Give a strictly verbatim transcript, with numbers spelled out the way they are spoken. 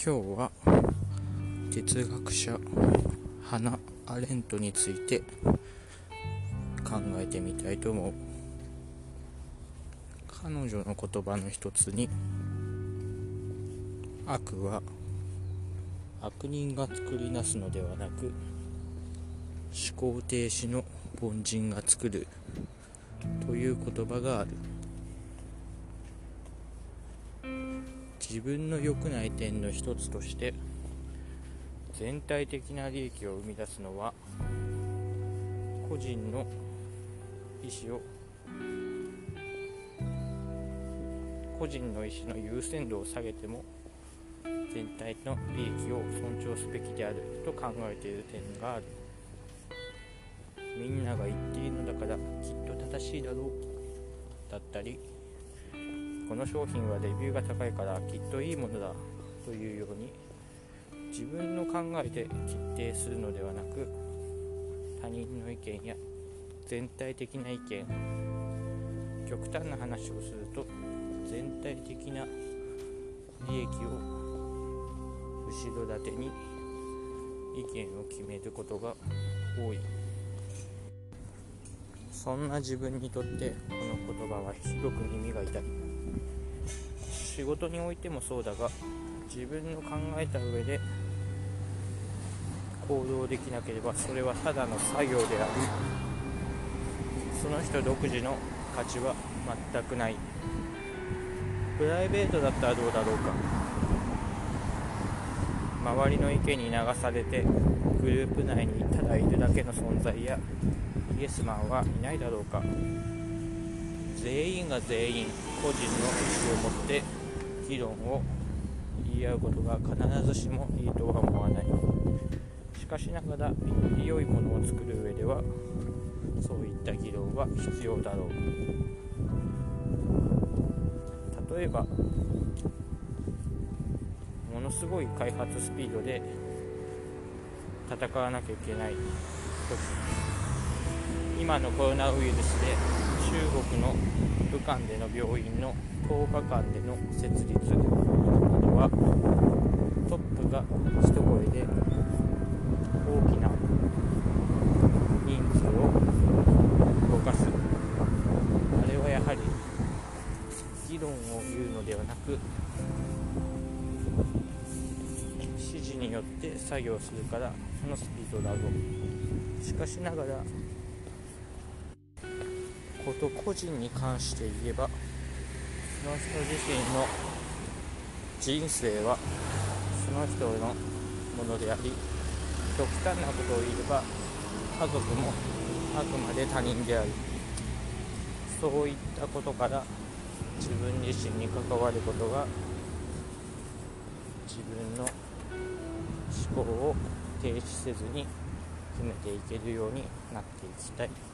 今日は哲学者ハナ・アレントについて考えてみたいと思う。彼女の言葉の一つに、悪は悪人が作り出すのではなく、思考停止の凡人が作るという言葉がある。自分の良くない点の一つとして、全体的な利益を生み出すのは個人の意思を個人の意思の優先度を下げても全体の利益を尊重すべきであると考えている点がある。みんなが言っているのだからきっと正しいだろうだったり、この商品はレビューが高いからきっといいものだというように、自分の考えで決定するのではなく、他人の意見や全体的な意見、極端な話をすると全体的な利益を後ろ盾に意見を決めることが多い。そんな自分にとってこの言葉はひどく耳が痛い。仕事においてもそうだが、自分の考えた上で行動できなければそれはただの作業であり、その人独自の価値は全くない。プライベートだったらどうだろうか。周りの意見に流されてグループ内にただいるだけの存在やイエスマンはいないだろうか。全員が全員個人の意思を持って議論を言い合うことが必ずしもいいとは思わない。しかしながら良いものを作る上ではそういった議論は必要だろう。例えばものすごい開発スピードで戦わなきゃいけない時、今のコロナウイルスで中国の武漢での病院のとおかかんでの設立などは、トップが一声で大きな人数を動かす。あれはやはり議論を言うのではなく、指示によって作業するからそのスピードだろう。しかしながらこと個人に関して言えば、その人自身の人生はその人のものであり、極端なことを言えば家族もあくまで他人である。そういったことから自分自身に関わることが、自分の思考を停止せずに決めていけるようになっていきたい。